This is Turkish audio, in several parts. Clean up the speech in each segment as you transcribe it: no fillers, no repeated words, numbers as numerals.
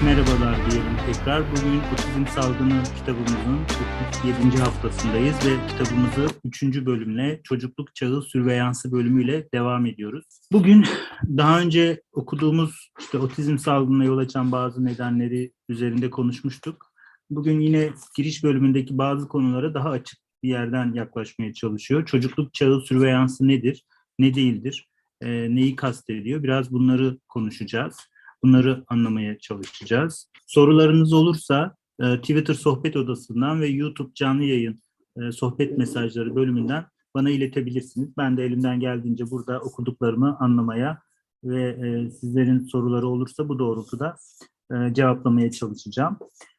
Merhabalar diyelim tekrar. Bugün Otizm Salgını kitabımızın 37. haftasındayız ve kitabımızı 3. bölümle Çocukluk Çağı Sürveyansı bölümüyle devam ediyoruz. Bugün daha önce okuduğumuz otizm salgınına yol açan bazı nedenleri üzerinde konuşmuştuk. Bugün yine giriş bölümündeki bazı konulara daha açık bir yerden yaklaşmaya çalışıyor. Çocukluk Çağı Sürveyansı nedir, ne değildir, neyi kastediyor? Biraz bunları konuşacağız. Bunları anlamaya çalışacağız. Sorularınız olursa Twitter Sohbet Odası'ndan ve YouTube canlı yayın sohbet mesajları bölümünden bana iletebilirsiniz. Ben de elimden geldiğince burada okuduklarımı anlamaya ve sizlerin soruları olursa bu doğrultuda cevaplamaya çalışacağım.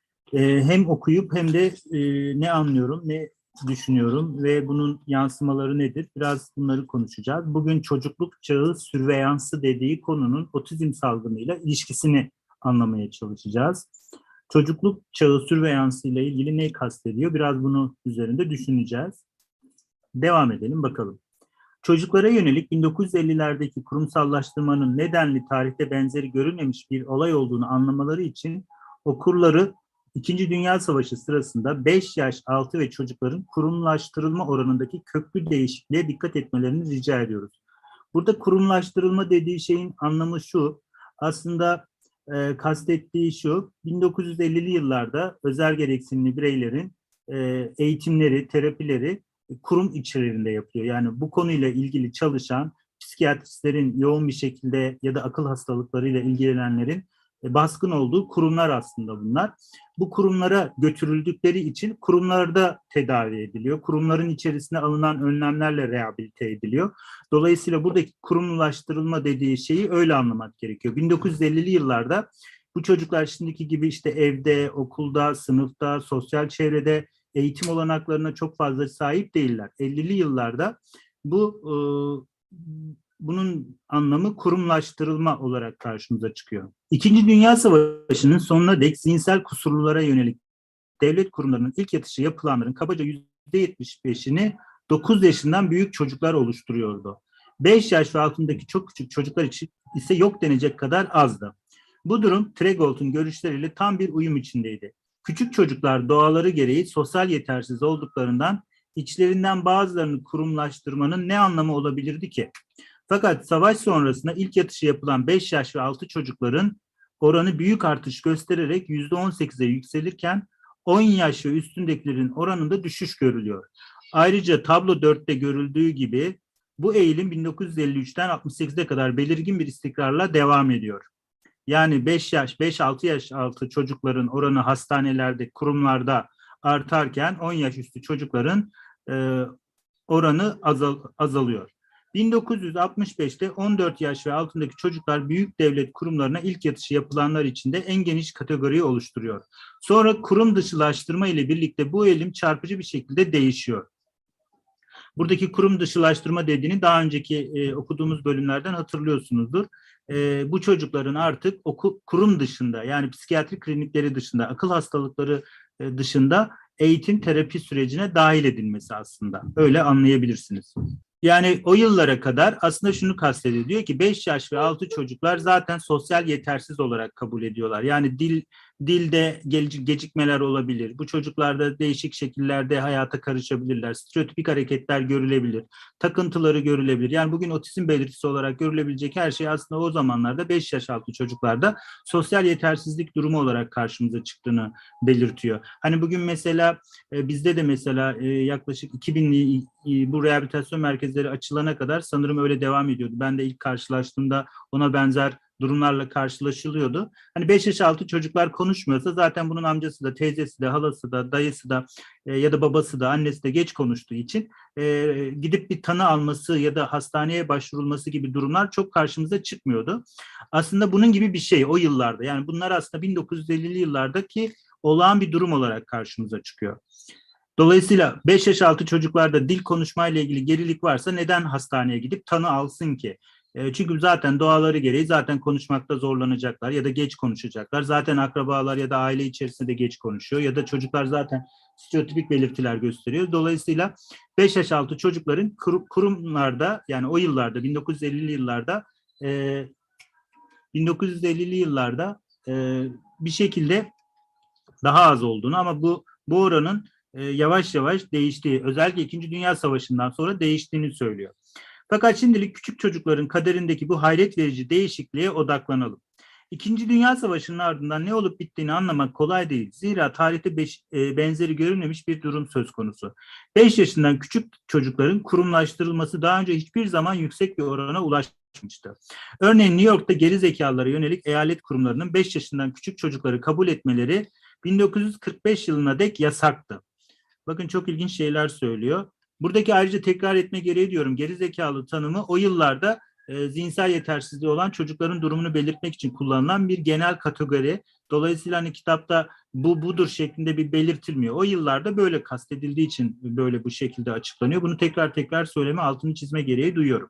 Hem okuyup hem de ne anlıyorum, ne düşünüyorum ve bunun yansımaları nedir? Biraz bunları konuşacağız. Bugün çocukluk çağı sürveyansı dediği konunun otizm salgınıyla ilişkisini anlamaya çalışacağız. Çocukluk çağı sürveyansı ile ilgili ne kastediyor? Biraz bunu üzerinde düşüneceğiz. Devam edelim bakalım. Çocuklara yönelik 1950'lerdeki kurumsallaştırmanın nedenli tarihte benzeri görülmemiş bir olay olduğunu anlamaları için okurları İkinci Dünya Savaşı sırasında 5 yaş altı ve çocukların kurumlaştırılma oranındaki köklü değişikliğe dikkat etmelerini rica ediyoruz. Burada kurumlaştırılma dediği şeyin anlamı şu, aslında kastettiği şu, 1950'li yıllarda özel gereksinimli bireylerin eğitimleri, terapileri kurum içerisinde yapıyor. Yani bu konuyla ilgili çalışan psikiyatristlerin yoğun bir şekilde ya da akıl hastalıklarıyla ilgilenenlerin baskın olduğu kurumlar aslında bunlar. Bu kurumlara götürüldükleri için kurumlarda tedavi ediliyor. Kurumların içerisine alınan önlemlerle rehabilite ediliyor. Dolayısıyla buradaki kurumlaştırılma dediği şeyi öyle anlamak gerekiyor. 1950'li yıllarda bu çocuklar şimdiki gibi işte evde, okulda, sınıfta, sosyal çevrede eğitim olanaklarına çok fazla sahip değiller. 50'li yıllarda bunun anlamı kurumlaştırılma olarak karşımıza çıkıyor. İkinci Dünya Savaşı'nın sonuna dek zihinsel kusurlulara yönelik devlet kurumlarının ilk yatışı yapılanların kabaca %75'ini 9 yaşından büyük çocuklar oluşturuyordu. 5 yaş ve altındaki çok küçük çocuklar için ise yok denecek kadar azdı. Bu durum Tregold'un görüşleriyle tam bir uyum içindeydi. Küçük çocuklar doğaları gereği sosyal yetersiz olduklarından içlerinden bazılarını kurumlaştırmanın ne anlamı olabilirdi ki? Fakat savaş sonrasında ilk yatışı yapılan 5 yaş ve altı çocukların oranı büyük artış göstererek %18'e yükselirken 10 yaş ve üstündekilerin oranında düşüş görülüyor. Ayrıca tablo 4'te görüldüğü gibi bu eğilim 1953'ten 68'e kadar belirgin bir istikrarla devam ediyor. Yani 5-6 yaş altı çocukların oranı hastanelerde, kurumlarda artarken 10 yaş üstü çocukların oranı azalıyor. 1965'te 14 yaş ve altındaki çocuklar büyük devlet kurumlarına ilk yatışı yapılanlar içinde en geniş kategoriyi oluşturuyor. Sonra kurum dışılaştırma ile birlikte bu eğilim çarpıcı bir şekilde değişiyor. Buradaki kurum dışılaştırma dediğini daha önceki okuduğumuz bölümlerden hatırlıyorsunuzdur. Bu çocukların artık kurum dışında, yani psikiyatri klinikleri dışında, akıl hastalıkları dışında eğitim terapi sürecine dahil edilmesi aslında. Öyle anlayabilirsiniz. Yani o yıllara kadar aslında şunu kastediyor. Diyor ki 5 yaş ve altı çocuklar zaten sosyal yetersiz olarak kabul ediyorlar. Yani dilde gecikmeler olabilir. Bu çocuklarda değişik şekillerde hayata karışabilirler. Stereotipik hareketler görülebilir. Takıntıları görülebilir. Yani bugün otizm belirtisi olarak görülebilecek her şey aslında o zamanlarda 5 yaş altı çocuklarda sosyal yetersizlik durumu olarak karşımıza çıktığını belirtiyor. Hani bugün mesela bizde de mesela yaklaşık 2000'li bu rehabilitasyon merkezleri açılana kadar sanırım öyle devam ediyordu. Ben de ilk karşılaştığımda ona benzer durumlarla karşılaşılıyordu. Hani 5 yaş altı çocuklar konuşmuyorsa zaten bunun amcası da, teyzesi de, halası da, dayısı da ya da babası da, annesi de geç konuştuğu için gidip bir tanı alması ya da hastaneye başvurulması gibi durumlar çok karşımıza çıkmıyordu. Aslında bunun gibi bir şey o yıllarda. Yani bunlar aslında 1950'li yıllardaki olağan bir durum olarak karşımıza çıkıyor. Dolayısıyla 5 yaş altı çocuklarda dil konuşmayla ilgili gerilik varsa neden hastaneye gidip tanı alsın ki? Çünkü zaten doğaları gereği zaten konuşmakta zorlanacaklar ya da geç konuşacaklar. Zaten akrabalar ya da aile içerisinde de geç konuşuyor ya da çocuklar zaten stereotipik belirtiler gösteriyor. Dolayısıyla 5 yaş altı çocukların kurumlarda, yani o yıllarda 1950'li yıllarda bir şekilde daha az olduğunu ama bu oranın yavaş yavaş değiştiği, özellikle İkinci Dünya Savaşı'ndan sonra değiştiğini söylüyor. Fakat şimdilik küçük çocukların kaderindeki bu hayret verici değişikliğe odaklanalım. İkinci Dünya Savaşı'nın ardından ne olup bittiğini anlamak kolay değil. Zira tarihte benzeri görülmemiş bir durum söz konusu. 5 yaşından küçük çocukların kurumlaştırılması daha önce hiçbir zaman yüksek bir orana ulaşmıştı. Örneğin New York'ta geri zekalılara yönelik eyalet kurumlarının 5 yaşından küçük çocukları kabul etmeleri 1945 yılına dek yasaktı. Bakın çok ilginç şeyler söylüyor. Buradaki ayrıca tekrar etme gereği diyorum. Gerizekalı tanımı o yıllarda zihinsel yetersizliği olan çocukların durumunu belirtmek için kullanılan bir genel kategori. Dolayısıyla hani kitapta bu budur şeklinde bir belirtilmiyor. O yıllarda böyle kastedildiği için böyle bu şekilde açıklanıyor. Bunu tekrar tekrar söyleme, altını çizme gereği duyuyorum.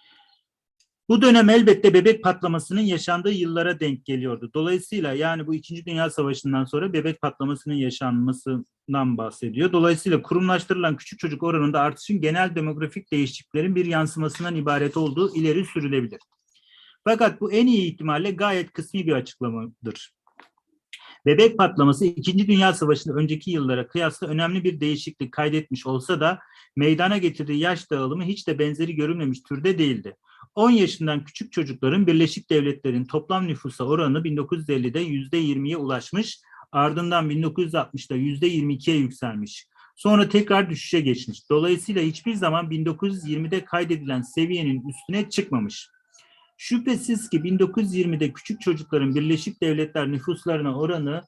Bu dönem elbette bebek patlamasının yaşandığı yıllara denk geliyordu. Dolayısıyla yani bu İkinci Dünya Savaşı'ndan sonra bebek patlamasının yaşanmasından bahsediyor. Dolayısıyla kurumlaştırılan küçük çocuk oranında artışın genel demografik değişikliklerin bir yansımasından ibaret olduğu ileri sürülebilir. Fakat bu en iyi ihtimalle gayet kısmi bir açıklamadır. Bebek patlaması İkinci Dünya Savaşı'nda önceki yıllara kıyasla önemli bir değişiklik kaydetmiş olsa da meydana getirdiği yaş dağılımı hiç de benzeri görülmemiş türde değildi. 10 yaşından küçük çocukların Birleşik Devletler'in toplam nüfusa oranı 1950'de %20'ye ulaşmış, ardından 1960'da %22'ye yükselmiş. Sonra tekrar düşüşe geçmiş. Dolayısıyla hiçbir zaman 1920'de kaydedilen seviyenin üstüne çıkmamış. Şüphesiz ki 1920'de küçük çocukların Birleşik Devletler nüfuslarına oranı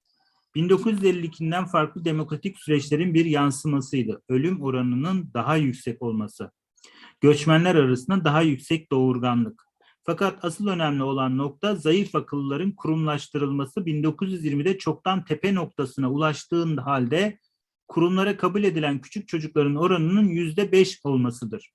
1952'den farklı demokratik süreçlerin bir yansımasıydı. Ölüm oranının daha yüksek olması, göçmenler arasında daha yüksek doğurganlık. Fakat asıl önemli olan nokta zayıf akıllıların kurumlaştırılması 1920'de çoktan tepe noktasına ulaştığı halde kurumlara kabul edilen küçük çocukların oranının %5 olmasıdır.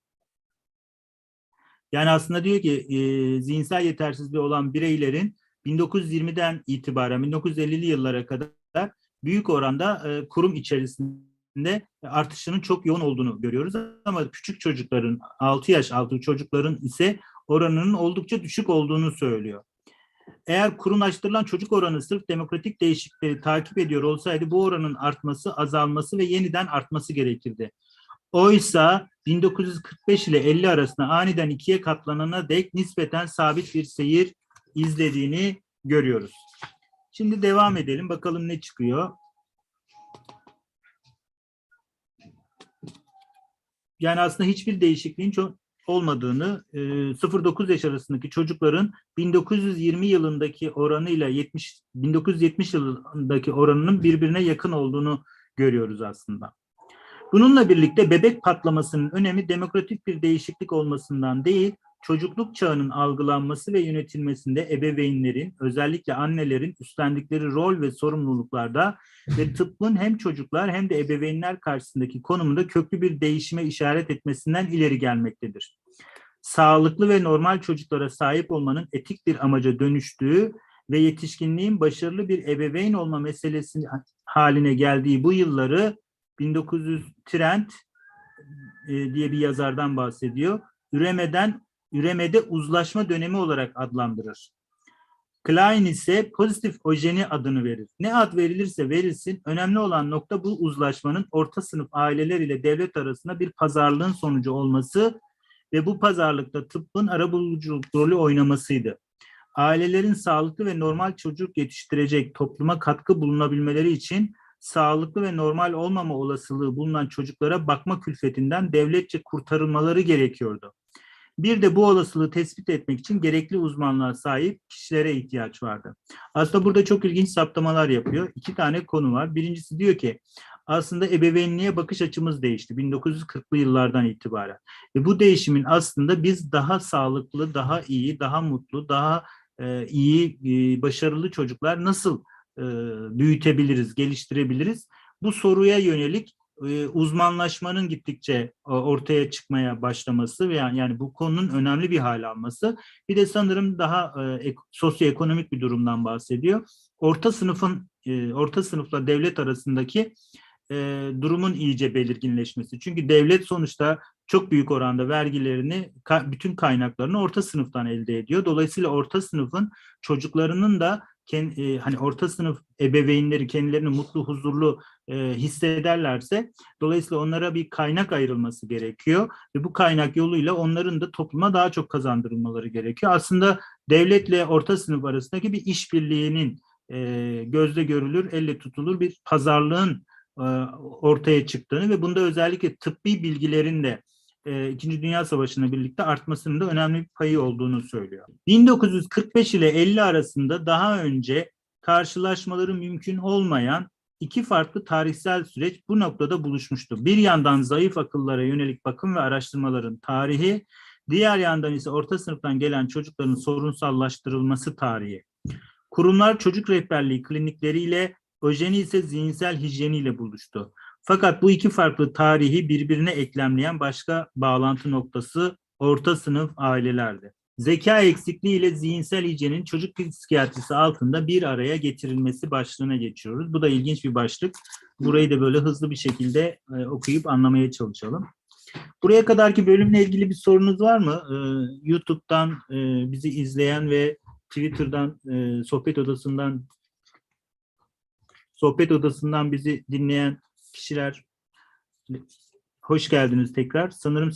Yani aslında diyor ki zihinsel yetersizliği olan bireylerin 1920'den itibaren 1950'li yıllara kadar büyük oranda kurum içerisinde artışının çok yoğun olduğunu görüyoruz. Ama küçük çocukların, 6 yaş altı çocukların ise oranının oldukça düşük olduğunu söylüyor. Eğer kurumlaştırılan çocuk oranı sırf demokratik değişiklikleri takip ediyor olsaydı bu oranın artması, azalması ve yeniden artması gerekirdi. Oysa 1945 ile 50 arasında aniden ikiye katlanana dek nispeten sabit bir seyir izlediğini görüyoruz. Şimdi devam edelim. Bakalım ne çıkıyor. Yani aslında hiçbir değişikliğin olmadığını, 0-9 yaş arasındaki çocukların 1920 yılındaki oranıyla 1970 yılındaki oranının birbirine yakın olduğunu görüyoruz aslında. Bununla birlikte bebek patlamasının önemi demokratik bir değişiklik olmasından değil, çocukluk çağının algılanması ve yönetilmesinde ebeveynlerin, özellikle annelerin üstlendikleri rol ve sorumluluklarda ve tıbbın hem çocuklar hem de ebeveynler karşısındaki konumunda köklü bir değişime işaret etmesinden ileri gelmektedir. Sağlıklı ve normal çocuklara sahip olmanın etik bir amaca dönüştüğü ve yetişkinliğin başarılı bir ebeveyn olma meselesi haline geldiği bu yılları 1900 Trent diye bir yazardan bahsediyor. Üremede uzlaşma dönemi olarak adlandırır. Klein ise pozitif ojeni adını verir. Ne ad verilirse verilsin, önemli olan nokta bu uzlaşmanın orta sınıf aileler ile devlet arasında bir pazarlığın sonucu olması ve bu pazarlıkta tıbbın arabuluculuk rolü oynamasıydı. Ailelerin sağlıklı ve normal çocuk yetiştirecek topluma katkı bulunabilmeleri için sağlıklı ve normal olmama olasılığı bulunan çocuklara bakma külfetinden devletçe kurtarılmaları gerekiyordu. Bir de bu olasılığı tespit etmek için gerekli uzmanlığa sahip kişilere ihtiyaç vardı. Aslında burada çok ilginç saptamalar yapıyor. 2 tane konu var. Birincisi diyor ki aslında ebeveynliğe bakış açımız değişti 1940'lı yıllardan itibaren. Ve bu değişimin aslında biz daha sağlıklı, daha iyi, daha mutlu, daha iyi, başarılı çocuklar nasıl büyütebiliriz, geliştirebiliriz? Bu soruya yönelik uzmanlaşmanın gittikçe ortaya çıkmaya başlaması ve yani bu konunun önemli bir hale alması. Bir de sanırım daha sosyoekonomik bir durumdan bahsediyor. Orta sınıfla devlet arasındaki durumun iyice belirginleşmesi. Çünkü devlet sonuçta çok büyük oranda vergilerini, bütün kaynaklarını orta sınıftan elde ediyor. Dolayısıyla orta sınıfın çocuklarının da hani orta sınıf ebeveynleri kendilerini mutlu, huzurlu hissederlerse, dolayısıyla onlara bir kaynak ayrılması gerekiyor ve bu kaynak yoluyla onların da topluma daha çok kazandırılmaları gerekiyor. Aslında devletle orta sınıf arasındaki bir işbirliğinin gözle görülür, elle tutulur bir pazarlığın ortaya çıktığını ve bunda özellikle tıbbi bilgilerin de İkinci Dünya Savaşı'na birlikte artmasının da önemli bir payı olduğunu söylüyor. 1945 ile 50 arasında daha önce karşılaşmaları mümkün olmayan iki farklı tarihsel süreç bu noktada buluşmuştu. Bir yandan zayıf akıllara yönelik bakım ve araştırmaların tarihi, diğer yandan ise orta sınıftan gelen çocukların sorunsallaştırılması tarihi. Kurumlar çocuk rehberliği klinikleriyle, Öjeni ise zihinsel hijyeniyle buluştu. Fakat bu iki farklı tarihi birbirine eklemleyen başka bağlantı noktası orta sınıf ailelerdi. Zeka eksikliği ile zihinsel hijyenin çocuk psikiyatrisi altında bir araya getirilmesi başlığına geçiyoruz. Bu da ilginç bir başlık. Burayı da böyle hızlı bir şekilde okuyup anlamaya çalışalım. Buraya kadarki bölümle ilgili bir sorunuz var mı? YouTube'dan bizi izleyen ve Twitter'dan sohbet odasından bizi dinleyen kişiler, hoş geldiniz tekrar. Sanırım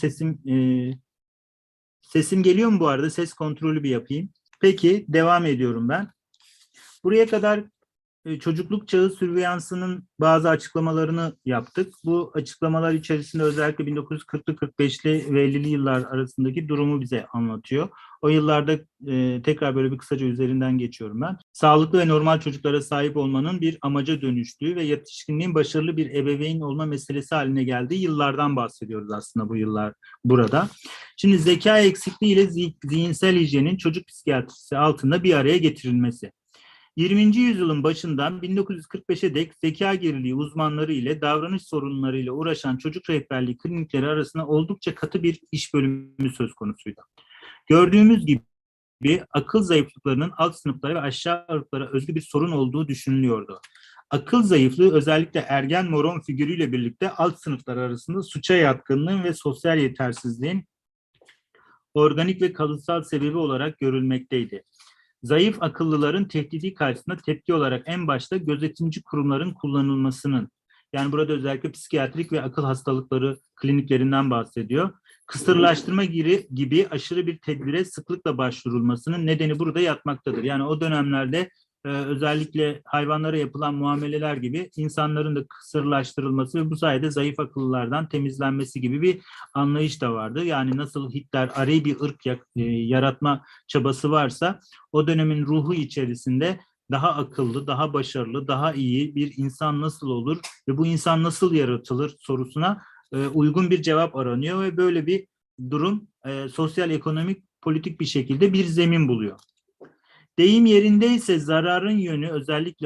sesim geliyor mu bu arada? Ses kontrolü bir yapayım. Peki, devam ediyorum ben. Buraya kadar çocukluk çağı sürveyansının bazı açıklamalarını yaptık. Bu açıklamalar içerisinde özellikle 1940'lı 45'li ve 50'li yıllar arasındaki durumu bize anlatıyor. O yıllarda tekrar böyle bir kısaca üzerinden geçiyorum ben. Sağlıklı ve normal çocuklara sahip olmanın bir amaca dönüştüğü ve yetişkinliğin başarılı bir ebeveyn olma meselesi haline geldiği yıllardan bahsediyoruz aslında bu yıllar burada. Şimdi zeka eksikliği ile zihinsel hijyenin çocuk psikiyatrisi altında bir araya getirilmesi. 20. yüzyılın başından 1945'e dek zeka geriliği uzmanları ile davranış sorunlarıyla uğraşan çocuk rehberliği klinikleri arasında oldukça katı bir iş bölümü söz konusuydu. Gördüğümüz gibi akıl zayıflıklarının alt sınıflara ve aşağı ırklara özgü bir sorun olduğu düşünülüyordu. Akıl zayıflığı özellikle ergen moron figürüyle birlikte alt sınıflar arasında suça yatkınlığın ve sosyal yetersizliğin organik ve kalıtsal sebebi olarak görülmekteydi. Zayıf akıllıların tehdidi karşısında tepki olarak en başta gözetimci kurumların kullanılmasının, yani burada özellikle psikiyatrik ve akıl hastalıkları kliniklerinden bahsediyor. Kısırlaştırma gibi aşırı bir tedbire sıklıkla başvurulmasının nedeni burada yatmaktadır. Yani o dönemlerde özellikle hayvanlara yapılan muameleler gibi insanların da kısırlaştırılması ve bu sayede zayıf akıllılardan temizlenmesi gibi bir anlayış da vardı. Yani nasıl Hitler arayı bir ırk yaratma çabası varsa, o dönemin ruhu içerisinde daha akıllı, daha başarılı, daha iyi bir insan nasıl olur ve bu insan nasıl yaratılır sorusuna uygun bir cevap aranıyor ve böyle bir durum sosyal, ekonomik, politik bir şekilde bir zemin buluyor. Deyim yerindeyse zararın yönü özellikle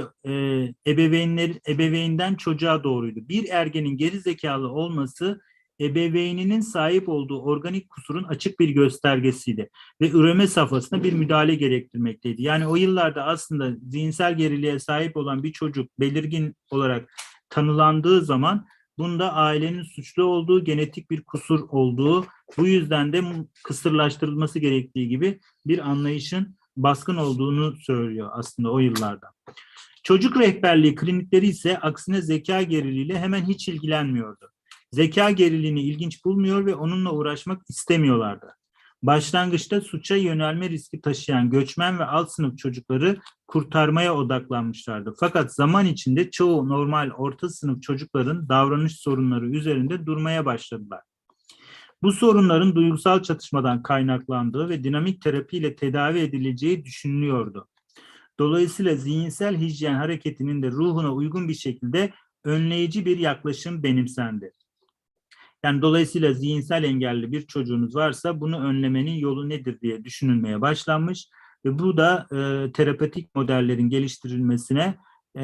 ebeveynden çocuğa doğruydu. Bir ergenin geri zekalı olması ebeveyninin sahip olduğu organik kusurun açık bir göstergesiydi ve üreme safhasına bir müdahale gerektirmekteydi. Yani o yıllarda aslında zihinsel geriliğe sahip olan bir çocuk belirgin olarak tanılandığı zaman bunda ailenin suçlu olduğu, genetik bir kusur olduğu, bu yüzden de kısırlaştırılması gerektiği gibi bir anlayışın baskın olduğunu söylüyor aslında o yıllarda. Çocuk rehberliği klinikleri ise aksine zeka geriliğiyle hemen hiç ilgilenmiyordu. Zeka geriliğini ilginç bulmuyor ve onunla uğraşmak istemiyorlardı. Başlangıçta suça yönelme riski taşıyan göçmen ve alt sınıf çocukları kurtarmaya odaklanmışlardı. Fakat zaman içinde çoğu normal orta sınıf çocukların davranış sorunları üzerinde durmaya başladılar. Bu sorunların duygusal çatışmadan kaynaklandığı ve dinamik terapiyle tedavi edileceği düşünülüyordu. Dolayısıyla zihinsel hijyen hareketinin de ruhuna uygun bir şekilde önleyici bir yaklaşım benimsendi. Yani dolayısıyla zihinsel engelli bir çocuğunuz varsa bunu önlemenin yolu nedir diye düşünülmeye başlanmış ve bu da terapötik modellerin geliştirilmesine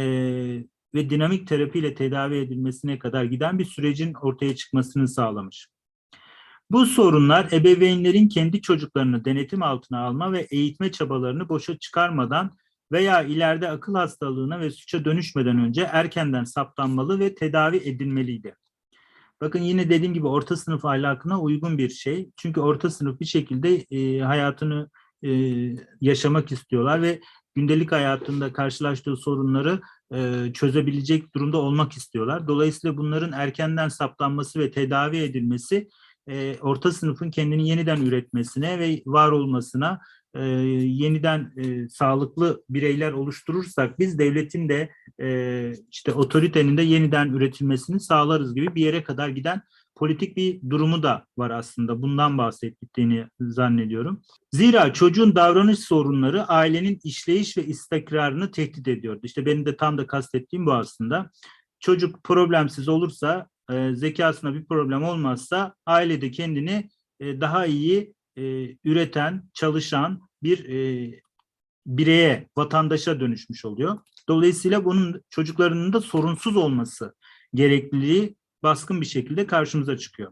ve dinamik terapiyle tedavi edilmesine kadar giden bir sürecin ortaya çıkmasını sağlamış. Bu sorunlar ebeveynlerin kendi çocuklarını denetim altına alma ve eğitme çabalarını boşa çıkarmadan veya ileride akıl hastalığına ve suça dönüşmeden önce erkenden saptanmalı ve tedavi edilmeliydi. Bakın yine dediğim gibi orta sınıf ahlakına uygun bir şey. Çünkü orta sınıf bir şekilde hayatını yaşamak istiyorlar ve gündelik hayatında karşılaştığı sorunları çözebilecek durumda olmak istiyorlar. Dolayısıyla bunların erkenden saptanması ve tedavi edilmesi orta sınıfın kendini yeniden üretmesine ve var olmasına, yeniden sağlıklı bireyler oluşturursak biz devletin de işte otoritenin de yeniden üretilmesini sağlarız gibi bir yere kadar giden politik bir durumu da var aslında. Bundan bahsettiğini zannediyorum. Zira çocuğun davranış sorunları ailenin işleyiş ve istikrarını tehdit ediyordu. İşte benim de tam da kastettiğim bu aslında. Çocuk problemsiz olursa, zekasına bir problem olmazsa ailede kendini daha iyi üreten, çalışan bir bireye, vatandaşa dönüşmüş oluyor. Dolayısıyla bunun çocuklarının da sorunsuz olması gerekliliği baskın bir şekilde karşımıza çıkıyor.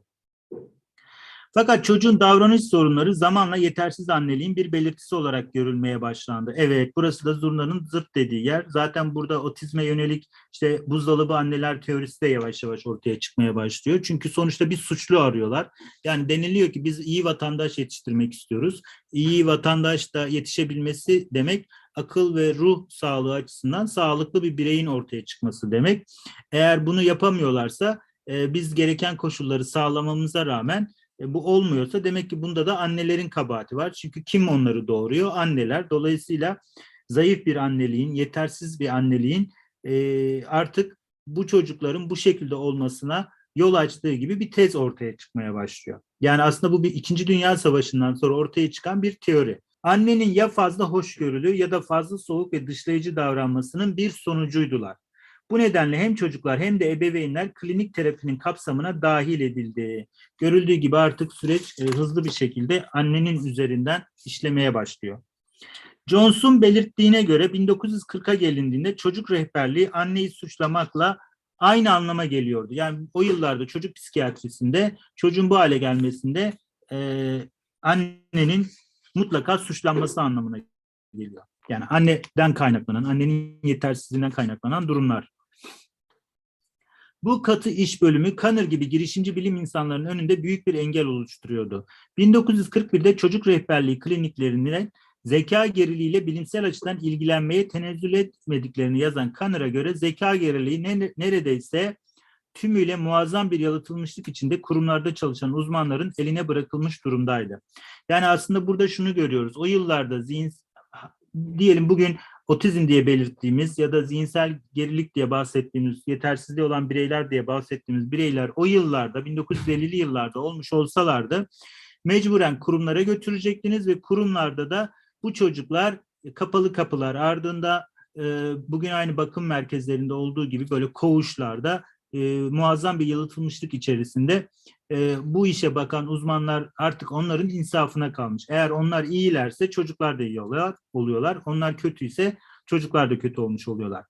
Fakat çocuğun davranış sorunları zamanla yetersiz anneliğin bir belirtisi olarak görülmeye başlandı. Evet, burası da zurnanın zırt dediği yer. Zaten burada otizme yönelik işte buzdolabı anneler teorisi de yavaş yavaş ortaya çıkmaya başlıyor. Çünkü sonuçta bir suçlu arıyorlar. Yani deniliyor ki biz iyi vatandaş yetiştirmek istiyoruz. İyi vatandaş da yetişebilmesi demek akıl ve ruh sağlığı açısından sağlıklı bir bireyin ortaya çıkması demek. Eğer bunu yapamıyorlarsa biz gereken koşulları sağlamamıza rağmen bu olmuyorsa demek ki bunda da annelerin kabahati var. Çünkü kim onları doğuruyor? Anneler. Dolayısıyla zayıf bir anneliğin, yetersiz bir anneliğin artık bu çocukların bu şekilde olmasına yol açtığı gibi bir tez ortaya çıkmaya başlıyor. Yani aslında bu bir İkinci Dünya Savaşı'ndan sonra ortaya çıkan bir teori. Annenin ya fazla hoşgörülü ya da fazla soğuk ve dışlayıcı davranmasının bir sonucuydular. Bu nedenle hem çocuklar hem de ebeveynler klinik terapinin kapsamına dahil edildi. Görüldüğü gibi artık süreç hızlı bir şekilde annenin üzerinden işlemeye başlıyor. Jones'un belirttiğine göre 1940'a gelindiğinde çocuk rehberliği anneyi suçlamakla aynı anlama geliyordu. Yani o yıllarda çocuk psikiyatrisinde çocuğun bu hale gelmesinde annenin mutlaka suçlanması anlamına geliyor. Yani anneden kaynaklanan, annenin yetersizliğinden kaynaklanan durumlar. Bu katı iş bölümü Kanner gibi girişimci bilim insanlarının önünde büyük bir engel oluşturuyordu. 1941'de çocuk rehberliği kliniklerine zeka geriliğiyle bilimsel açıdan ilgilenmeye tenezzül etmediklerini yazan Kanner'a göre zeka geriliği neredeyse tümüyle muazzam bir yalıtılmışlık içinde kurumlarda çalışan uzmanların eline bırakılmış durumdaydı. Yani aslında burada şunu görüyoruz. O yıllarda diyelim bugün otizm diye belirttiğimiz ya da zihinsel gerilik diye bahsettiğimiz, yetersizliği olan bireyler diye bahsettiğimiz bireyler o yıllarda 1950'li yıllarda olmuş olsalardı mecburen kurumlara götürecektiniz ve kurumlarda da bu çocuklar kapalı kapılar ardında bugün aynı bakım merkezlerinde olduğu gibi böyle koğuşlarda muazzam bir yalıtılmışlık içerisinde bu işe bakan uzmanlar artık onların insafına kalmış. Eğer onlar iyilerse çocuklar da iyi oluyorlar. Onlar kötüyse çocuklar da kötü olmuş oluyorlar.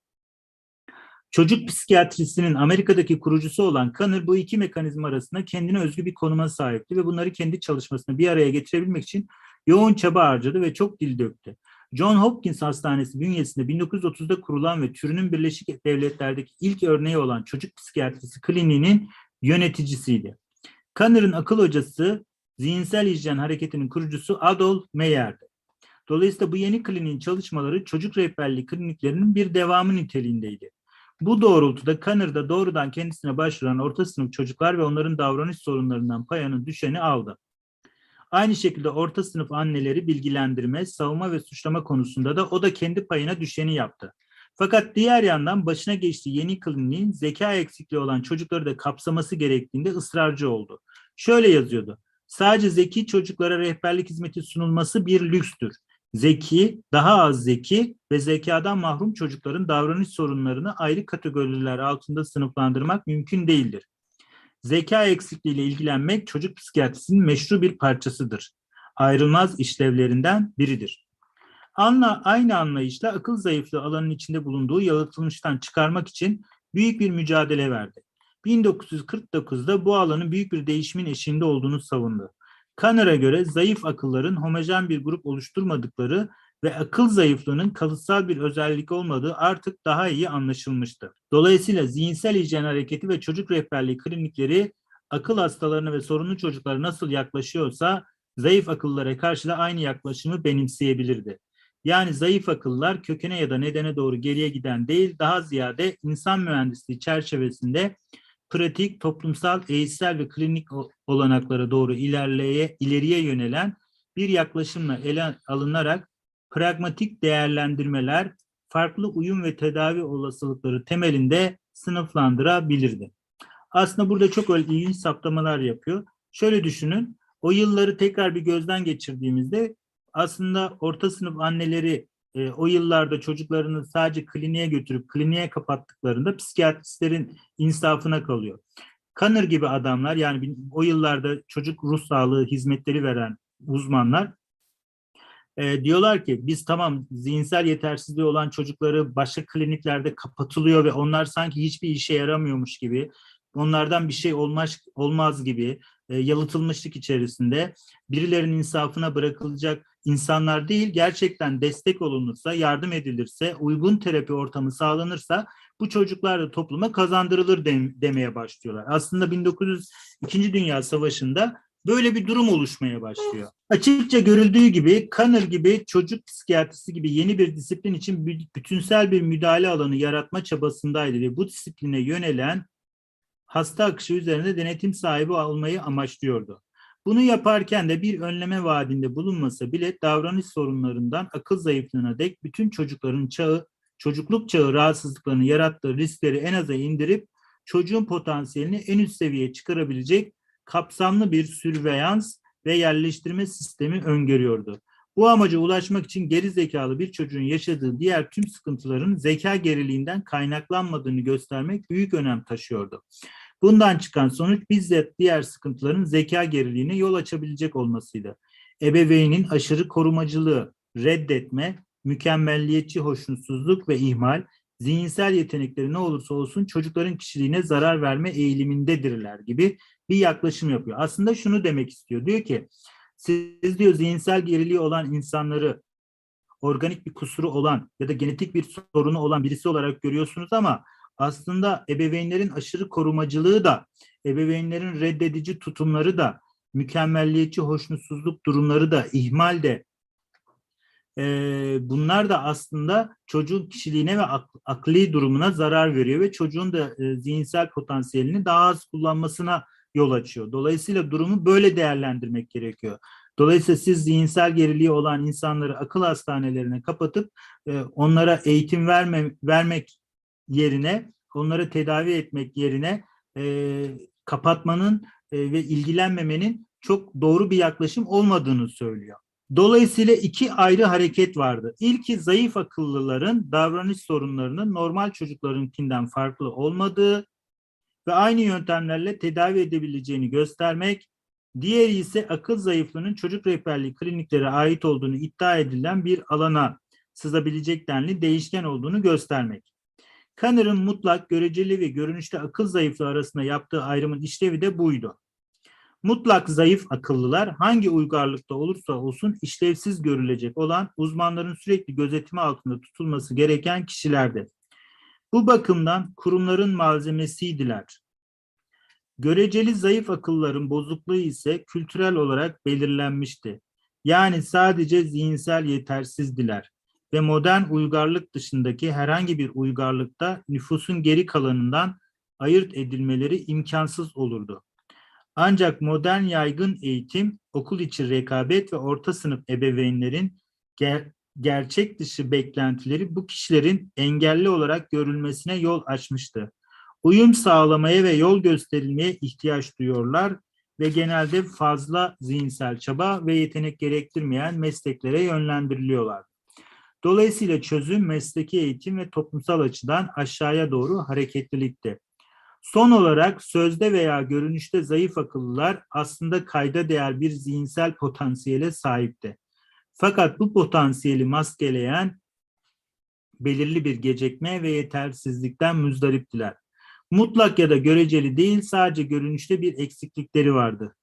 Çocuk psikiyatrisinin Amerika'daki kurucusu olan Kanner bu iki mekanizma arasında kendine özgü bir konuma sahipti ve bunları kendi çalışmasını bir araya getirebilmek için yoğun çaba harcadı ve çok dil döktü. John Hopkins Hastanesi bünyesinde 1930'da kurulan ve türünün Birleşik Devletler'deki ilk örneği olan çocuk psikiyatrisi kliniğinin yöneticisiydi. Kanner'ın akıl hocası, zihinsel hijyen hareketinin kurucusu Adolf Meyer'di. Dolayısıyla bu yeni kliniğin çalışmaları çocuk rehberliği kliniklerinin bir devamı niteliğindeydi. Bu doğrultuda Kanner'da doğrudan kendisine başvuran orta sınıf çocuklar ve onların davranış sorunlarından payının düşeni aldı. Aynı şekilde orta sınıf anneleri bilgilendirme, savunma ve suçlama konusunda da o da kendi payına düşeni yaptı. Fakat diğer yandan başına geçtiği yeni kliniğin zeka eksikliği olan çocukları da kapsaması gerektiğinde ısrarcı oldu. Şöyle yazıyordu: sadece zeki çocuklara rehberlik hizmeti sunulması bir lükstür. Zeki, daha az zeki ve zekadan mahrum çocukların davranış sorunlarını ayrı kategoriler altında sınıflandırmak mümkün değildir. Zeka eksikliğiyle ilgilenmek çocuk psikiyatrisinin meşru bir parçasıdır. Ayrılmaz işlevlerinden biridir. Aynı anlayışla akıl zayıflığı alanının içinde bulunduğu yalıtılmıştan çıkarmak için büyük bir mücadele verdi. 1949'da bu alanın büyük bir değişimin eşiğinde olduğunu savundu. Kanner'a göre zayıf akılların homojen bir grup oluşturmadıkları ve akıl zayıflığının kalıtsal bir özellik olmadığı artık daha iyi anlaşılmıştı. Dolayısıyla zihinsel hijyen hareketi ve çocuk rehberliği klinikleri akıl hastalarına ve sorunlu çocuklara nasıl yaklaşıyorsa zayıf akıllara karşı da aynı yaklaşımı benimseyebilirdi. Yani zayıf akıllar kökene ya da nedene doğru geriye giden değil, daha ziyade insan mühendisliği çerçevesinde pratik, toplumsal, eğitsel ve klinik olanaklara doğru ileriye yönelen bir yaklaşımla ele alınarak pragmatik değerlendirmeler, farklı uyum ve tedavi olasılıkları temelinde sınıflandırabilirdi. Aslında burada çok ilginç saptamalar yapıyor. Şöyle düşünün, o yılları tekrar bir gözden geçirdiğimizde aslında orta sınıf anneleri o yıllarda çocuklarını sadece kliniğe götürüp kliniğe kapattıklarında psikiyatristlerin insafına kalıyor. Kanır gibi adamlar, yani o yıllarda çocuk ruh sağlığı hizmetleri veren uzmanlar diyorlar ki biz tamam zihinsel yetersizliği olan çocukları başka kliniklerde kapatılıyor ve onlar sanki hiçbir işe yaramıyormuş gibi, onlardan bir şey olmaz gibi yalıtılmışlık içerisinde birilerinin insafına bırakılacak insanlar değil, gerçekten destek olunursa, yardım edilirse, uygun terapi ortamı sağlanırsa bu çocuklar da topluma kazandırılır demeye başlıyorlar. Aslında 1902. Dünya Savaşı'nda böyle bir durum oluşmaya başlıyor. Açıkça görüldüğü gibi Kanner gibi çocuk psikiyatrisi gibi yeni bir disiplin için bütünsel bir müdahale alanı yaratma çabasındaydı ve bu disipline yönelen hasta akışı üzerinde denetim sahibi olmayı amaçlıyordu. Bunu yaparken de bir önleme vaadinde bulunmasa bile davranış sorunlarından akıl zayıflığına dek bütün çocukların çocukluk çağı rahatsızlıklarını yarattığı riskleri en aza indirip çocuğun potansiyelini en üst seviyeye çıkarabilecek kapsamlı bir sürveyans ve yerleştirme sistemi öngörüyordu. Bu amaca ulaşmak için geri zekalı bir çocuğun yaşadığı diğer tüm sıkıntıların zeka geriliğinden kaynaklanmadığını göstermek büyük önem taşıyordu. Bundan çıkan sonuç bizzat diğer sıkıntıların zeka geriliğine yol açabilecek olmasıydı. Ebeveynin aşırı korumacılığı, reddetme, mükemmelliyetçi hoşnutsuzluk ve ihmal, zihinsel yetenekleri ne olursa olsun çocukların kişiliğine zarar verme eğilimindedirler gibi bir yaklaşım yapıyor. Aslında şunu demek istiyor. Diyor ki siz diyor zihinsel geriliği olan insanları organik bir kusuru olan ya da genetik bir sorunu olan birisi olarak görüyorsunuz ama aslında ebeveynlerin aşırı korumacılığı da, ebeveynlerin reddedici tutumları da, mükemmelliyetçi hoşnutsuzluk durumları da, ihmal de, bunlar da aslında çocuğun kişiliğine ve akli durumuna zarar veriyor ve çocuğun da zihinsel potansiyelini daha az kullanmasına yol açıyor. Dolayısıyla durumu böyle değerlendirmek gerekiyor. Dolayısıyla siz zihinsel geriliği olan insanları akıl hastanelerine kapatıp onlara eğitim vermek yerine, onları tedavi etmek yerine kapatmanın ve ilgilenmemenin çok doğru bir yaklaşım olmadığını söylüyor. Dolayısıyla iki ayrı hareket vardı. İlki zayıf akıllıların davranış sorunlarının normal çocuklarınkinden farklı olmadığı ve aynı yöntemlerle tedavi edebileceğini göstermek. Diğeri ise akıl zayıflığının çocuk rehberliği kliniklere ait olduğunu iddia edilen bir alana sızabilecek denli değişken olduğunu göstermek. Kanner'ın mutlak, göreceli ve görünüşte akıl zayıflığı arasında yaptığı ayrımın işlevi de buydu. Mutlak zayıf akıllılar hangi uygarlıkta olursa olsun işlevsiz görülecek olan uzmanların sürekli gözetimi altında tutulması gereken kişilerdi. Bu bakımdan kurumların malzemesiydiler. Göreceli zayıf akılların bozukluğu ise kültürel olarak belirlenmişti. Yani sadece zihinsel yetersizdiler ve modern uygarlık dışındaki herhangi bir uygarlıkta nüfusun geri kalanından ayırt edilmeleri imkansız olurdu. Ancak modern yaygın eğitim, okul içi rekabet ve orta sınıf ebeveynlerin gerçek dışı beklentileri bu kişilerin engelli olarak görülmesine yol açmıştı. Uyum sağlamaya ve yol gösterilmeye ihtiyaç duyuyorlar ve genelde fazla zihinsel çaba ve yetenek gerektirmeyen mesleklere yönlendiriliyorlar. Dolayısıyla çözüm mesleki eğitim ve toplumsal açıdan aşağıya doğru hareketlilikti. Son olarak sözde veya görünüşte zayıf akıllılar aslında kayda değer bir zihinsel potansiyele sahipti. Fakat bu potansiyeli maskeleyen belirli bir gecikme ve yetersizlikten müzdariptiler. Mutlak ya da göreceli değil, sadece görünüşte bir eksiklikleri vardı.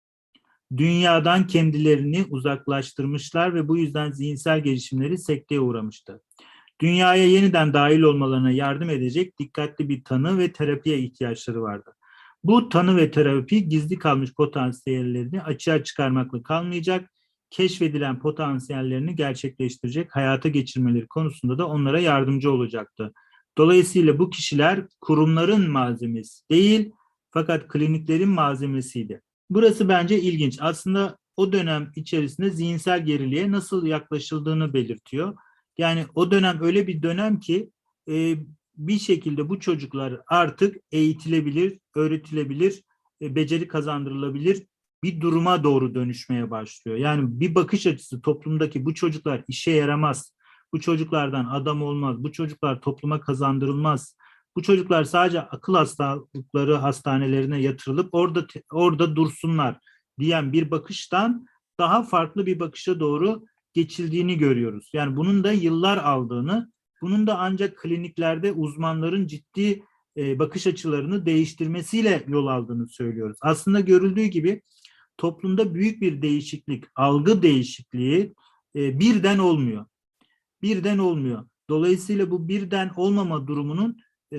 Dünyadan kendilerini uzaklaştırmışlar ve bu yüzden zihinsel gelişimleri sekteye uğramıştı. Dünyaya yeniden dahil olmalarına yardım edecek dikkatli bir tanı ve terapiye ihtiyaçları vardı. Bu tanı ve terapi gizli kalmış potansiyellerini açığa çıkarmakla kalmayacak, keşfedilen potansiyellerini gerçekleştirecek, hayata geçirmeleri konusunda da onlara yardımcı olacaktı. Dolayısıyla bu kişiler kurumların malzemesi değil, fakat kliniklerin malzemesiydi. Burası bence ilginç. Aslında o dönem içerisinde zihinsel geriliğe nasıl yaklaşıldığını belirtiyor. Yani o dönem öyle bir dönem ki bir şekilde bu çocuklar artık eğitilebilir, öğretilebilir, beceri kazandırılabilir bir duruma doğru dönüşmeye başlıyor. Yani bir bakış açısı toplumdaki bu çocuklar işe yaramaz, bu çocuklardan adam olmaz, bu çocuklar topluma kazandırılmaz, bu çocuklar sadece akıl hastalıkları hastanelerine yatırılıp orada dursunlar diyen bir bakıştan daha farklı bir bakışa doğru geçildiğini görüyoruz. Yani bunun da yıllar aldığını, bunun da ancak kliniklerde uzmanların ciddi bakış açılarını değiştirmesiyle yol aldığını söylüyoruz. Aslında görüldüğü gibi toplumda büyük bir değişiklik, algı değişikliği birden olmuyor. Birden olmuyor. Dolayısıyla bu birden olmama durumunun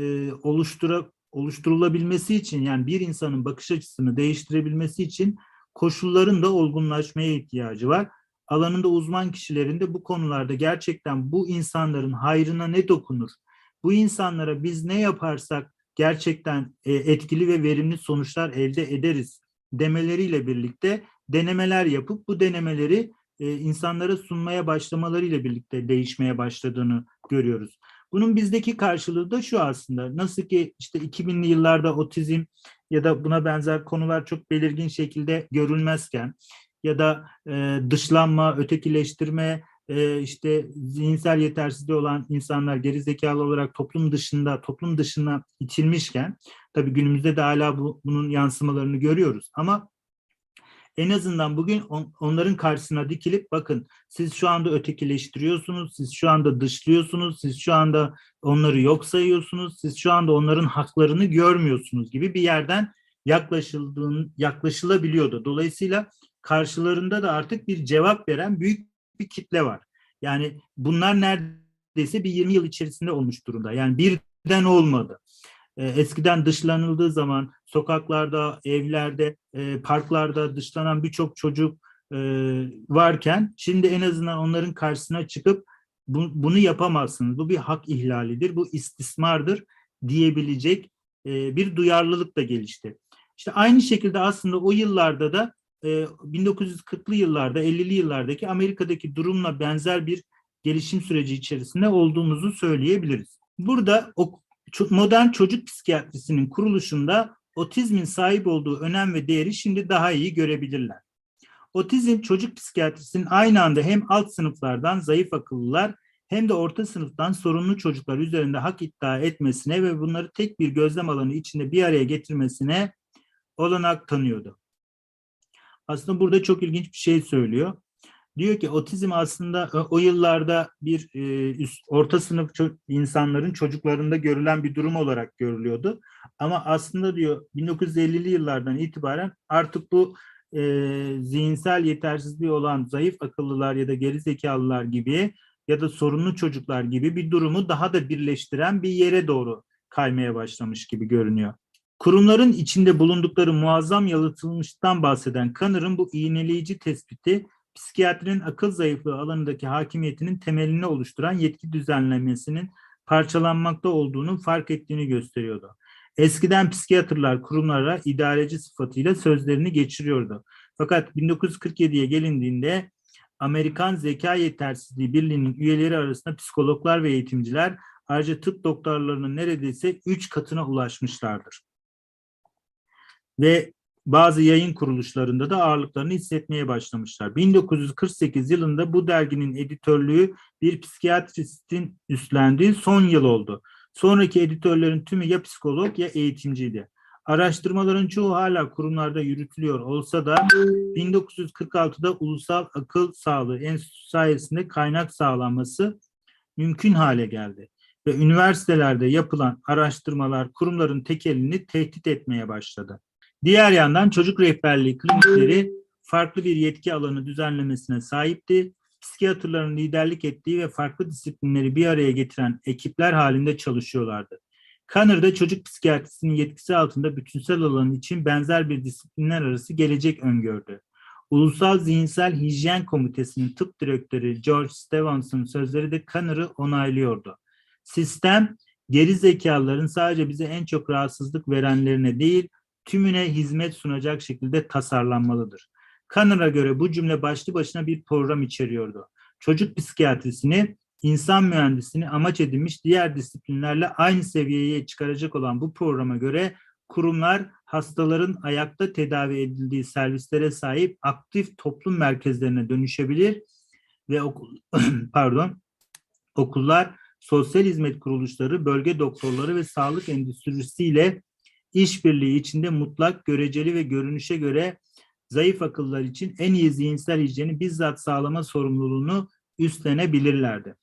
oluşturulabilmesi için, yani bir insanın bakış açısını değiştirebilmesi için koşulların da olgunlaşmaya ihtiyacı var. Alanında uzman kişilerin de bu konularda gerçekten bu insanların hayrına ne dokunur? Bu insanlara biz ne yaparsak gerçekten etkili ve verimli sonuçlar elde ederiz demeleriyle birlikte denemeler yapıp bu denemeleri insanlara sunmaya başlamalarıyla birlikte değişmeye başladığını görüyoruz. Bunun bizdeki karşılığı da şu aslında. Nasıl ki işte 2000'li yıllarda otizm ya da buna benzer konular çok belirgin şekilde görülmezken ya da dışlanma, ötekileştirme, işte zihinsel yetersizliği olan insanlar gerizekalı olarak toplum dışına itilmişken, tabii günümüzde de hala bunun yansımalarını görüyoruz. Ama en azından bugün onların karşısına dikilip bakın siz şu anda ötekileştiriyorsunuz, siz şu anda dışlıyorsunuz, siz şu anda onları yok sayıyorsunuz, siz şu anda onların haklarını görmüyorsunuz gibi bir yerden yaklaşılabiliyordu. Dolayısıyla karşılarında da artık bir cevap veren büyük bir kitle var. Yani bunlar neredeyse bir 20 yıl içerisinde olmuş durumda. Yani birden olmadı. Eskiden dışlanıldığı zaman sokaklarda, evlerde, parklarda dışlanan birçok çocuk varken şimdi en azından onların karşısına çıkıp bunu yapamazsınız. Bu bir hak ihlalidir, bu istismardır diyebilecek bir duyarlılık da gelişti. İşte aynı şekilde aslında o yıllarda da 1940'lı yıllarda, 50'li yıllardaki Amerika'daki durumla benzer bir gelişim süreci içerisinde olduğumuzu söyleyebiliriz. Burada modern çocuk psikiyatrisinin kuruluşunda otizmin sahip olduğu önem ve değeri şimdi daha iyi görebilirler. Otizm çocuk psikiyatrisinin aynı anda hem alt sınıflardan zayıf akıllılar hem de orta sınıftan sorunlu çocuklar üzerinde hak iddia etmesine ve bunları tek bir gözlem alanı içinde bir araya getirmesine olanak tanıyordu. Aslında burada çok ilginç bir şey söylüyor. Diyor ki otizm aslında o yıllarda bir orta sınıf insanların çocuklarında görülen bir durum olarak görülüyordu. Ama aslında diyor 1950'li yıllardan itibaren artık bu zihinsel yetersizliği olan zayıf akıllılar ya da geri zekalılar gibi ya da sorunlu çocuklar gibi bir durumu daha da birleştiren bir yere doğru kaymaya başlamış gibi görünüyor. Kurumların içinde bulundukları muazzam yalıtılmıştan bahseden Kanner'ın bu iğneleyici tespiti psikiyatrinin akıl zayıflığı alanındaki hakimiyetinin temelini oluşturan yetki düzenlemesinin parçalanmakta olduğunu fark ettiğini gösteriyordu. Eskiden psikiyatrlar kurumlara idareci sıfatıyla sözlerini geçiriyordu. Fakat 1947'ye gelindiğinde Amerikan Zeka Yetersizliği Birliği'nin üyeleri arasında psikologlar ve eğitimciler ayrıca tıp doktorlarının neredeyse 3 katına ulaşmışlardır. Ve bazı yayın kuruluşlarında da ağırlıklarını hissetmeye başlamışlar. 1948 yılında bu derginin editörlüğü bir psikiyatristin üstlendiği son yıl oldu. Sonraki editörlerin tümü ya psikolog ya eğitimciydi. Araştırmaların çoğu hala kurumlarda yürütülüyor olsa da 1946'da Ulusal Akıl Sağlığı Enstitüsü sayesinde kaynak sağlanması mümkün hale geldi. Ve üniversitelerde yapılan araştırmalar kurumların tekelini tehdit etmeye başladı. Diğer yandan çocuk rehberliği klinikleri farklı bir yetki alanı düzenlemesine sahipti. Psikiyatrların liderlik ettiği ve farklı disiplinleri bir araya getiren ekipler halinde çalışıyorlardı. Kanner da çocuk psikiyatrisinin yetkisi altında bütünsel alanı için benzer bir disiplinler arası gelecek öngördü. Ulusal Zihinsel Hijyen Komitesi'nin tıp direktörü George Stevenson sözleri de Kanner'ı onaylıyordu. Sistem, geri zekalıların sadece bize en çok rahatsızlık verenlerine değil, tümüne hizmet sunacak şekilde tasarlanmalıdır. Kanner'a göre bu cümle başlı başına bir program içeriyordu. Çocuk psikiyatrisini, insan mühendisliğini amaç edinmiş diğer disiplinlerle aynı seviyeye çıkaracak olan bu programa göre kurumlar hastaların ayakta tedavi edildiği servislere sahip aktif toplum merkezlerine dönüşebilir ve okullar, sosyal hizmet kuruluşları, bölge doktorları ve sağlık endüstrisiyle işbirliği içinde mutlak, göreceli ve görünüşe göre zayıf akıllar için en iyi zihinsel hijyeni bizzat sağlama sorumluluğunu üstlenebilirlerdi.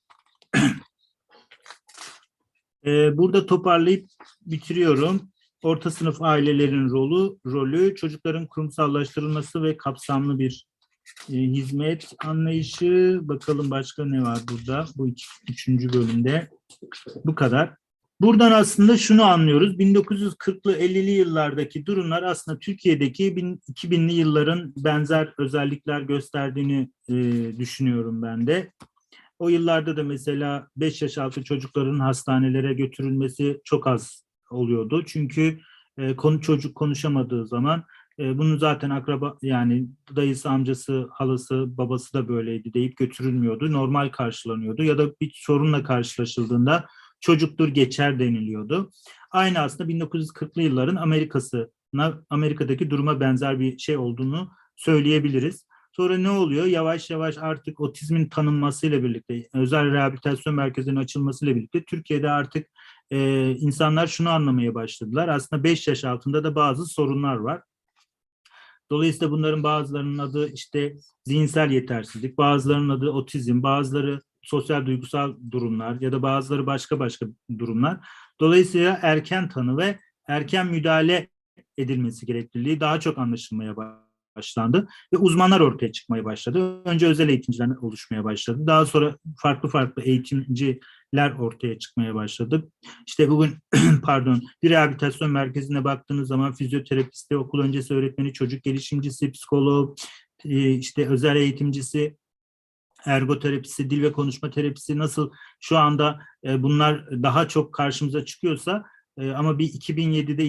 Burada toparlayıp bitiriyorum. Orta sınıf ailelerin rolü, çocukların kurumsallaştırılması ve kapsamlı bir hizmet anlayışı. Bakalım başka ne var burada? Bu üçüncü bölümde. Bu kadar. Buradan aslında şunu anlıyoruz. 1940'lı 50'li yıllardaki durumlar aslında Türkiye'deki 2000'li yılların benzer özellikler gösterdiğini düşünüyorum ben de. O yıllarda da mesela 5 yaş altı çocukların hastanelere götürülmesi çok az oluyordu. Çünkü çocuk konuşamadığı zaman bunu zaten akraba, yani dayısı, amcası, halası, babası da böyleydi deyip götürülmüyordu. Normal karşılanıyordu ya da bir sorunla karşılaşıldığında çocuktur, geçer deniliyordu. Aynı aslında 1940'lı yılların Amerika'daki duruma benzer bir şey olduğunu söyleyebiliriz. Sonra ne oluyor? Yavaş yavaş artık otizmin tanınmasıyla birlikte, özel rehabilitasyon merkezlerinin açılmasıyla birlikte Türkiye'de artık insanlar şunu anlamaya başladılar. Aslında 5 yaş altında da bazı sorunlar var. Dolayısıyla bunların bazılarının adı işte zihinsel yetersizlik, bazılarının adı otizm, bazıları sosyal duygusal durumlar ya da bazıları başka durumlar. Dolayısıyla erken tanı ve erken müdahale edilmesi gerekliliği daha çok anlaşılmaya başlandı ve uzmanlar ortaya çıkmaya başladı. Önce özel eğitimciler oluşmaya başladı. Daha sonra farklı eğitimciler ortaya çıkmaya başladı. İşte bugün bir rehabilitasyon merkezine baktığınız zaman fizyoterapisti, okul öncesi öğretmeni, çocuk gelişimcisi, psikolog, işte özel eğitimcisi, ergoterapisi, dil ve konuşma terapisi nasıl şu anda bunlar daha çok karşımıza çıkıyorsa ama bir 2007'de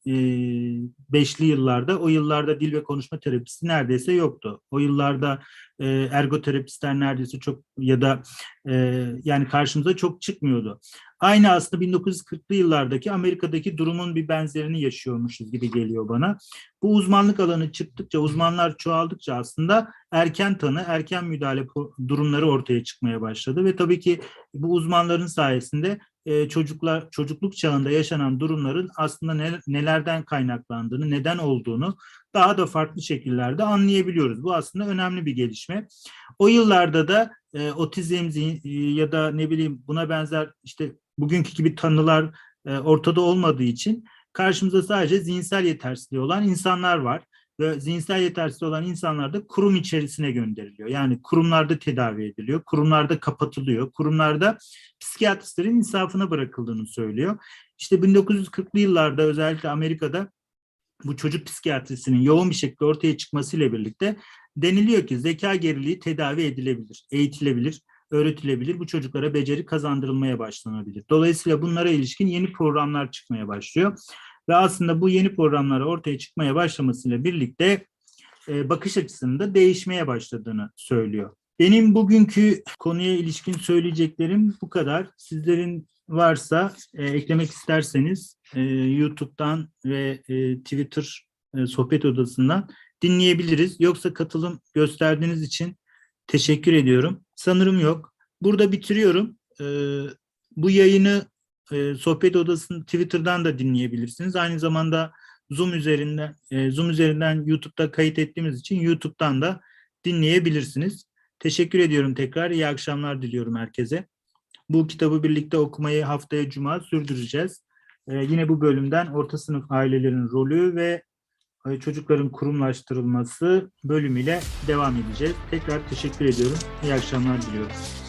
2005'li yıllarda, o yıllarda dil ve konuşma terapisi neredeyse yoktu. O yıllarda ergoterapistler neredeyse çok ya da yani karşımıza çok çıkmıyordu. Aynı aslında 1940'lı yıllardaki Amerika'daki durumun bir benzerini yaşıyormuşuz gibi geliyor bana. Bu uzmanlık alanı çıktıkça, uzmanlar çoğaldıkça aslında erken tanı, erken müdahale durumları ortaya çıkmaya başladı ve tabii ki bu uzmanların sayesinde çocukluk çağında yaşanan durumların aslında nelerden kaynaklandığını, neden olduğunu daha da farklı şekillerde anlayabiliyoruz. Bu aslında önemli bir gelişme. O yıllarda da otizm ya da ne bileyim buna benzer işte bugünkü gibi tanılar ortada olmadığı için karşımıza sadece zihinsel yetersizliği olan insanlar var. Ve zihinsel yetersizliği olan insanlar da kurum içerisine gönderiliyor. Yani kurumlarda tedavi ediliyor, kurumlarda kapatılıyor, kurumlarda psikiyatristlerin insafına bırakıldığını söylüyor. İşte 1940'lı yıllarda özellikle Amerika'da bu çocuk psikiyatrisinin yoğun bir şekilde ortaya çıkmasıyla birlikte deniliyor ki zeka geriliği tedavi edilebilir, eğitilebilir, öğretilebilir. Bu çocuklara beceri kazandırılmaya başlanabilir. Dolayısıyla bunlara ilişkin yeni programlar çıkmaya başlıyor. Ve aslında bu yeni programlar ortaya çıkmaya başlamasıyla birlikte bakış açısının da değişmeye başladığını söylüyor. Benim bugünkü konuya ilişkin söyleyeceklerim bu kadar. Sizlerin varsa eklemek isterseniz YouTube'dan ve Twitter sohbet odasından dinleyebiliriz. Yoksa katılım gösterdiğiniz için teşekkür ediyorum. Sanırım yok. Burada bitiriyorum. Bu yayını sohbet odasını Twitter'dan da dinleyebilirsiniz. Aynı zamanda Zoom üzerinden YouTube'da kayıt ettiğimiz için YouTube'dan da dinleyebilirsiniz. Teşekkür ediyorum tekrar. İyi akşamlar diliyorum herkese. Bu kitabı birlikte okumayı haftaya Cuma sürdüreceğiz. Yine bu bölümden orta sınıf ailelerin rolü ve çocukların kurumlaştırılması bölümüyle devam edeceğiz. Tekrar teşekkür ediyorum. İyi akşamlar diliyorum.